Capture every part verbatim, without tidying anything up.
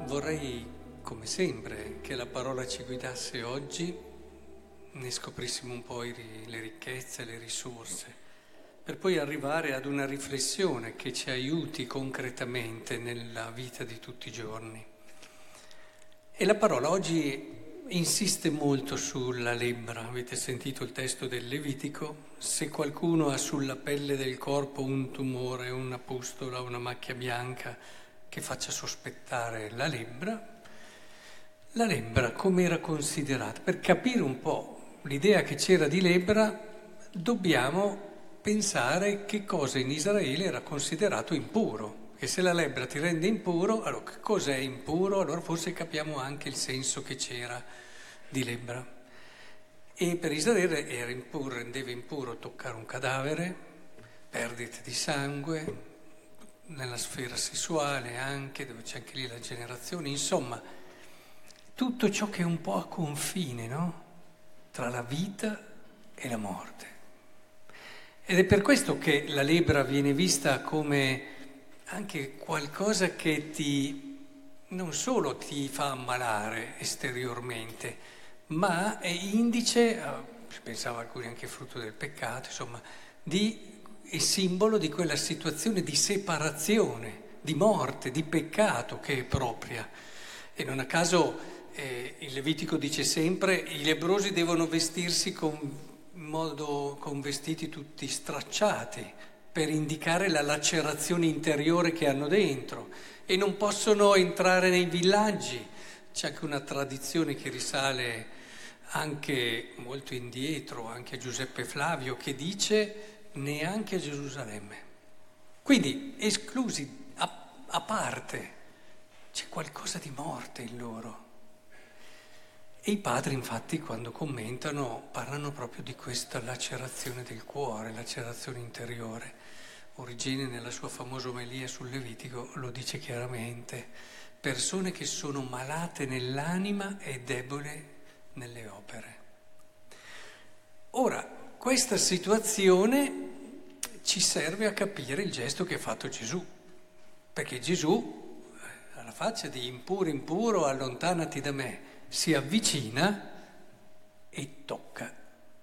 vorrei, come sempre, che la parola ci guidasse oggi, ne scoprissimo un po' i ri- le ricchezze, le risorse, per poi arrivare ad una riflessione che ci aiuti concretamente nella vita di tutti i giorni. E la parola oggi insiste molto sulla lebbra. Avete sentito il testo del Levitico? Se qualcuno ha sulla pelle del corpo un tumore, una pustola, una macchia bianca che faccia sospettare la lebbra, la lebbra come era considerata? Per capire un po' l'idea che c'era di lebbra, dobbiamo pensare che cosa in Israele era considerato impuro. Che se la lebbra ti rende impuro, allora che cos'è impuro? Allora forse capiamo anche il senso che c'era di lebbra. E per Israele era impuro, rendeva impuro toccare un cadavere, perdite di sangue, nella sfera sessuale anche, dove c'è anche lì la generazione, insomma, tutto ciò che è un po' a confine, no? Tra la vita e la morte. Ed è per questo che la lebbra viene vista come anche qualcosa che ti, non solo ti fa ammalare esteriormente, ma è indice, si pensava alcuni anche frutto del peccato, insomma, di, è simbolo di quella situazione di separazione, di morte, di peccato che è propria. E non a caso eh, il Levitico dice sempre i lebbrosi devono vestirsi con, in modo, con vestiti tutti stracciati, per indicare la lacerazione interiore che hanno dentro, e non possono entrare nei villaggi. C'è anche una tradizione che risale anche molto indietro, anche a Giuseppe Flavio, che dice neanche a Gerusalemme. Quindi esclusi, a, a parte, c'è qualcosa di morte in loro. E i padri infatti quando commentano parlano proprio di questa lacerazione del cuore, lacerazione interiore. Origene nella sua famosa omelia sul Levitico lo dice chiaramente: persone che sono malate nell'anima e deboli nelle opere. Ora, questa situazione ci serve a capire il gesto che ha fatto Gesù, perché Gesù, alla faccia di impuro impuro, allontanati da me, si avvicina e tocca.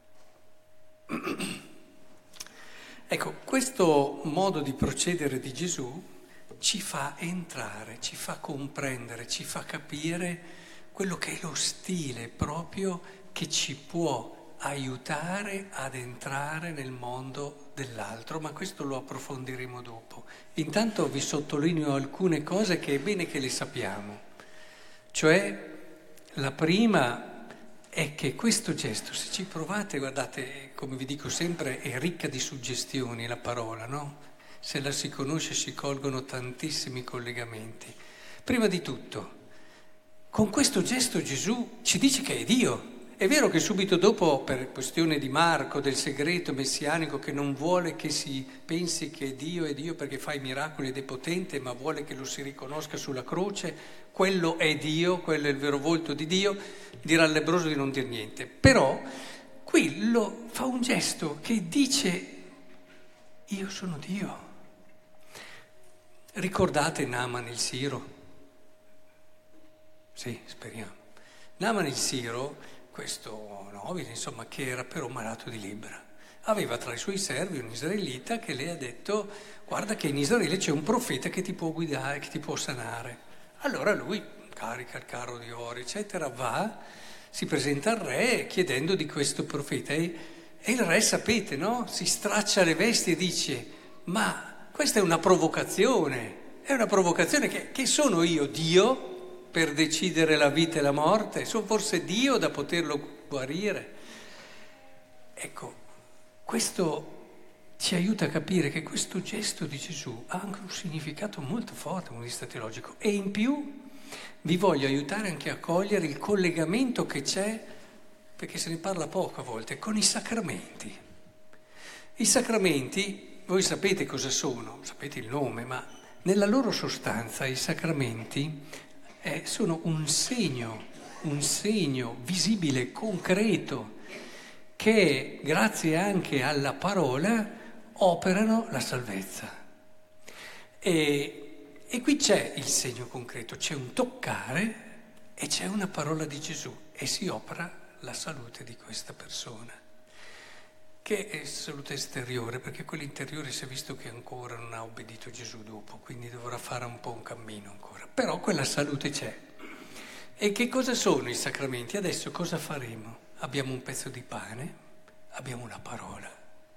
Ecco, questo modo di procedere di Gesù ci fa entrare, ci fa comprendere, ci fa capire quello che è lo stile proprio che ci può aiutare ad entrare nel mondo dell'altro, ma questo lo approfondiremo dopo. Intanto vi sottolineo alcune cose che è bene che le sappiamo, cioè la prima è che questo gesto, se ci provate, guardate, come vi dico sempre, è ricca di suggestioni la parola, no? Se la si conosce si colgono tantissimi collegamenti. Prima di tutto, con questo gesto Gesù ci dice che è Dio. È vero che subito dopo, per questione di Marco, del segreto messianico, che non vuole che si pensi che Dio è Dio perché fa i miracoli ed è potente, ma vuole che lo si riconosca sulla croce, quello è Dio, quello è il vero volto di Dio, dirà al lebbroso di non dir niente. Però qui lo, fa un gesto che dice: io sono Dio. Ricordate Naaman il Siro? Sì, speriamo. Naaman il Siro, questo nobile, insomma, che era però malato di lebbra, aveva tra i suoi servi un israelita che le ha detto: guarda che in Israele c'è un profeta che ti può guidare, che ti può sanare. Allora lui carica il carro di oro, eccetera, va, si presenta al re chiedendo di questo profeta e, e il re, sapete, no? Si straccia le vesti e dice: ma questa è una provocazione, è una provocazione che, che sono io, Dio, per decidere la vita e la morte? Sono forse Dio da poterlo guarire? Ecco, questo ci aiuta a capire che questo gesto di Gesù ha anche un significato molto forte dal punto di vista teologico, e in più vi voglio aiutare anche a cogliere il collegamento che c'è, perché se ne parla poco a volte, con i sacramenti. I sacramenti, voi sapete cosa sono, sapete il nome, ma nella loro sostanza i sacramenti Eh, sono un segno, un segno visibile, concreto, che grazie anche alla parola operano la salvezza. E E qui c'è il segno concreto, c'è un toccare e c'è una parola di Gesù e si opera la salute di questa persona, che è salute esteriore, perché quella interiore si è visto che ancora non ha obbedito a Gesù dopo, quindi dovrà fare un po' un cammino ancora, però quella salute c'è. E che cosa sono i sacramenti? Adesso cosa faremo? Abbiamo un pezzo di pane, abbiamo una parola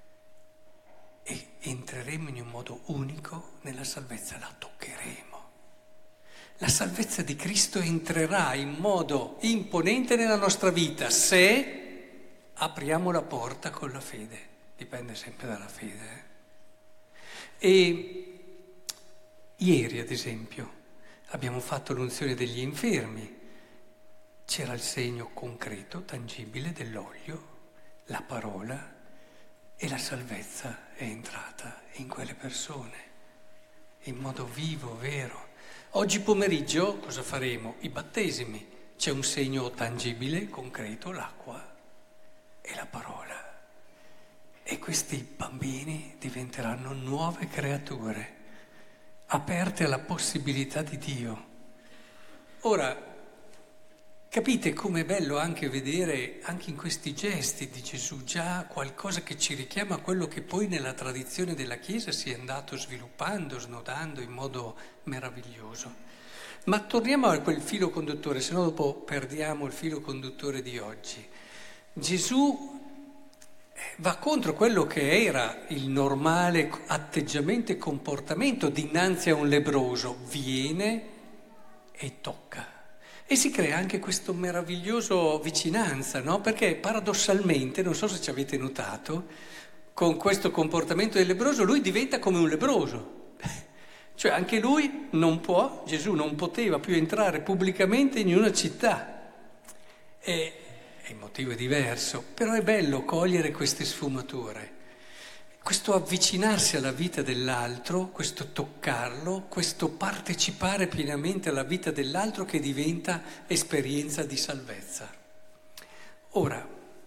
e entreremo in un modo unico nella salvezza, la toccheremo. La salvezza di Cristo entrerà in modo imponente nella nostra vita se apriamo la porta con la fede, dipende sempre dalla fede. Eh? E ieri, ad esempio, abbiamo fatto l'unzione degli infermi, c'era il segno concreto, tangibile dell'olio, la parola e la salvezza è entrata in quelle persone, in modo vivo, vero. Oggi pomeriggio cosa faremo? I battesimi. C'è un segno tangibile, concreto, l'acqua e la parola. E questi bambini diventeranno nuove creature, aperte alla possibilità di Dio. Ora, capite com'è bello anche vedere, anche in questi gesti di Gesù, già qualcosa che ci richiama a quello che poi nella tradizione della Chiesa si è andato sviluppando, snodando in modo meraviglioso. Ma torniamo a quel filo conduttore, se no dopo perdiamo il filo conduttore di oggi. Gesù va contro quello che era il normale atteggiamento e comportamento dinanzi a un lebbroso, viene e tocca. E si crea anche questo meraviglioso vicinanza, no? Perché paradossalmente, non so se ci avete notato, con questo comportamento del lebbroso lui diventa come un lebbroso. Cioè anche lui non può, Gesù non poteva più entrare pubblicamente in una città. E, e il motivo è diverso, però è bello cogliere queste sfumature. Questo avvicinarsi alla vita dell'altro, questo toccarlo, questo partecipare pienamente alla vita dell'altro che diventa esperienza di salvezza. Ora,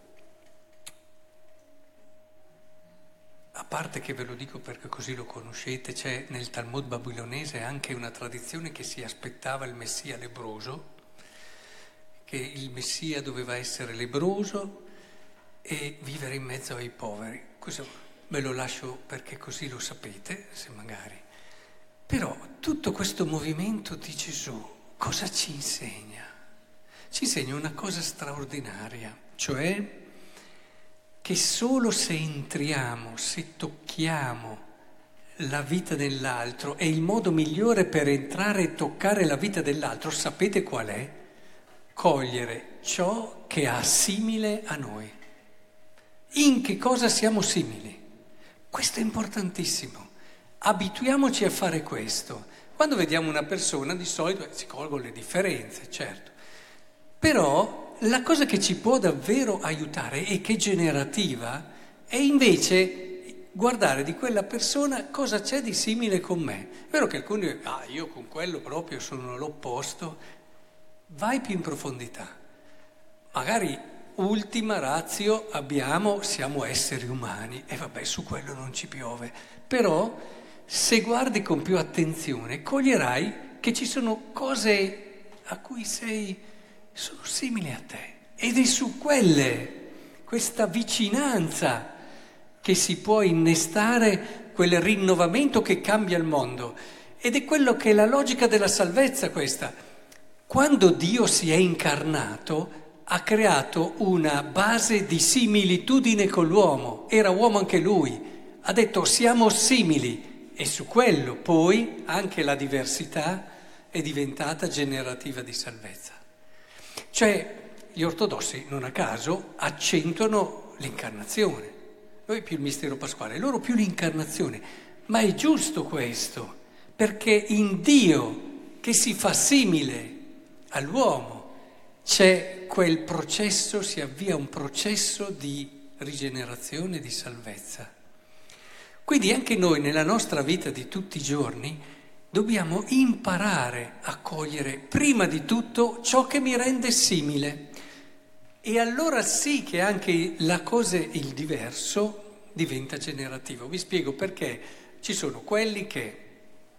a parte che ve lo dico perché così lo conoscete, c'è nel Talmud babilonese anche una tradizione che si aspettava il Messia lebbroso, che il Messia doveva essere lebbroso e vivere in mezzo ai poveri. Questo ve lo lascio perché così lo sapete, se magari. Però tutto questo movimento di Gesù cosa ci insegna? Ci insegna una cosa straordinaria, cioè che solo se entriamo, se tocchiamo la vita dell'altro, è il modo migliore per entrare e toccare la vita dell'altro, sapete qual è? Cogliere ciò che ha simile a noi. In che cosa siamo simili? Questo è importantissimo. Abituiamoci a fare questo. Quando vediamo una persona, di solito si colgono le differenze, certo. Però la cosa che ci può davvero aiutare e che è generativa è invece guardare di quella persona cosa c'è di simile con me. È vero che alcuni dicono, ah, io con quello proprio sono l'opposto. Vai più in profondità. Magari ultima ratio abbiamo, siamo esseri umani e vabbè, su quello non ci piove. Però se guardi con più attenzione coglierai che ci sono cose a cui sei, sono simili a te. Ed è su quelle, questa vicinanza che si può innestare quel rinnovamento che cambia il mondo. Ed è quello che è la logica della salvezza questa. Quando Dio si è incarnato ha creato una base di similitudine con l'uomo, era uomo anche lui, ha detto siamo simili e su quello poi anche la diversità è diventata generativa di salvezza. Cioè gli ortodossi non a caso accentuano l'incarnazione, noi più il mistero pasquale, loro più l'incarnazione, ma è giusto questo, perché in Dio che si fa simile all'uomo c'è quel processo, si avvia un processo di rigenerazione, di salvezza. Quindi anche noi nella nostra vita di tutti i giorni dobbiamo imparare a cogliere prima di tutto ciò che mi rende simile. E allora sì che anche la cosa, il diverso, diventa generativo. Vi spiego perché ci sono quelli che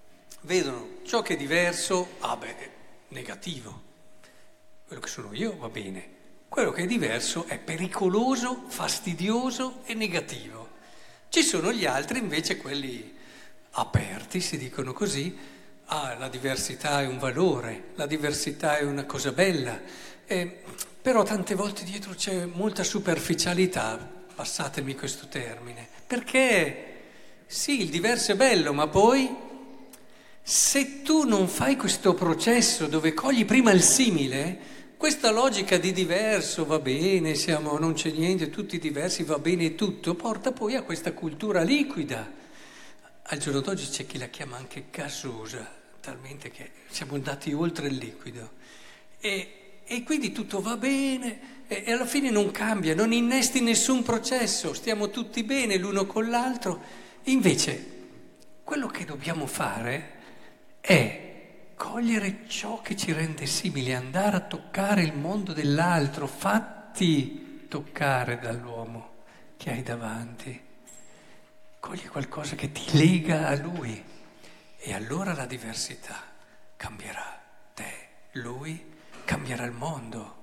vedono ciò che è diverso, ah beh, è negativo. Quello che sono io va bene, quello che è diverso è pericoloso, fastidioso e negativo. Ci sono gli altri invece, quelli aperti, si dicono così, ah, la diversità è un valore, la diversità è una cosa bella, eh, però tante volte dietro c'è molta superficialità, passatemi questo termine, perché sì, il diverso è bello, ma poi se tu non fai questo processo dove cogli prima il simile, questa logica di diverso va bene, siamo, non c'è niente, tutti diversi, va bene tutto, porta poi a questa cultura liquida. Al giorno d'oggi c'è chi la chiama anche gasosa, talmente che siamo andati oltre il liquido. E, e quindi tutto va bene e, e alla fine non cambia, non innesti nessun processo, stiamo tutti bene l'uno con l'altro. Invece, quello che dobbiamo fare è cogliere ciò che ci rende simili, andare a toccare il mondo dell'altro, fatti toccare dall'uomo che hai davanti. Cogli qualcosa che ti lega a lui e allora la diversità cambierà te, lui, cambierà il mondo.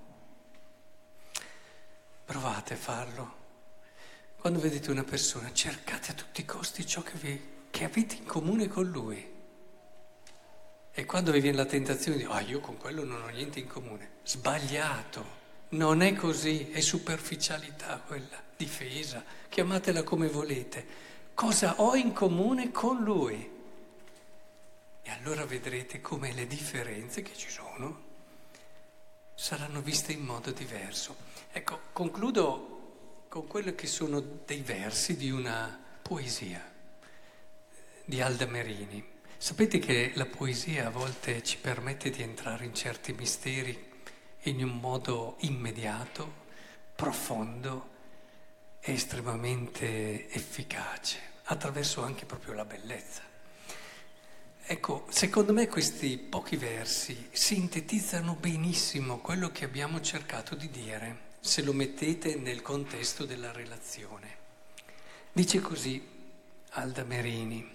Provate a farlo. Quando vedete una persona, cercate a tutti i costi ciò che, vi, che avete in comune con lui. E quando vi viene la tentazione di, ah, io con quello non ho niente in comune, sbagliato, non è così, è superficialità quella, difesa, chiamatela come volete. Cosa ho in comune con lui? E allora vedrete come le differenze che ci sono saranno viste in modo diverso. Ecco, concludo con quello che sono dei versi di una poesia di Alda Merini. Sapete che la poesia a volte ci permette di entrare in certi misteri in un modo immediato, profondo e estremamente efficace, attraverso anche proprio la bellezza. Ecco, secondo me questi pochi versi sintetizzano benissimo quello che abbiamo cercato di dire, se lo mettete nel contesto della relazione. Dice così Alda Merini,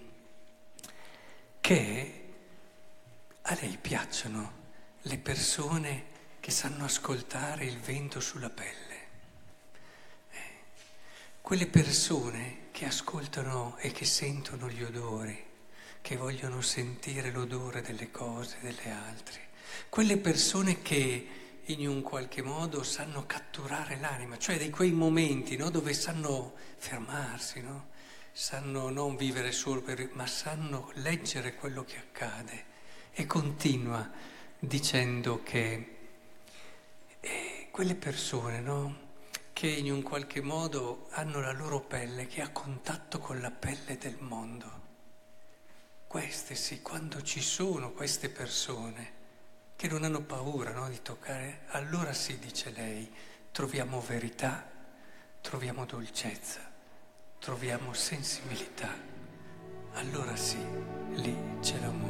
che a lei piacciono le persone che sanno ascoltare il vento sulla pelle, eh, quelle persone che ascoltano e che sentono gli odori, che vogliono sentire l'odore delle cose, delle altre, quelle persone che in un qualche modo sanno catturare l'anima, cioè di quei momenti, no, dove sanno fermarsi, no? Sanno non vivere solo per, ma sanno leggere quello che accade. E continua dicendo che eh, quelle persone, no, che in un qualche modo hanno la loro pelle, che ha contatto con la pelle del mondo, queste sì, quando ci sono queste persone che non hanno paura, no, di toccare, allora sì, dice lei, troviamo verità, troviamo dolcezza, troviamo sensibilità, allora sì, lì c'è l'amore.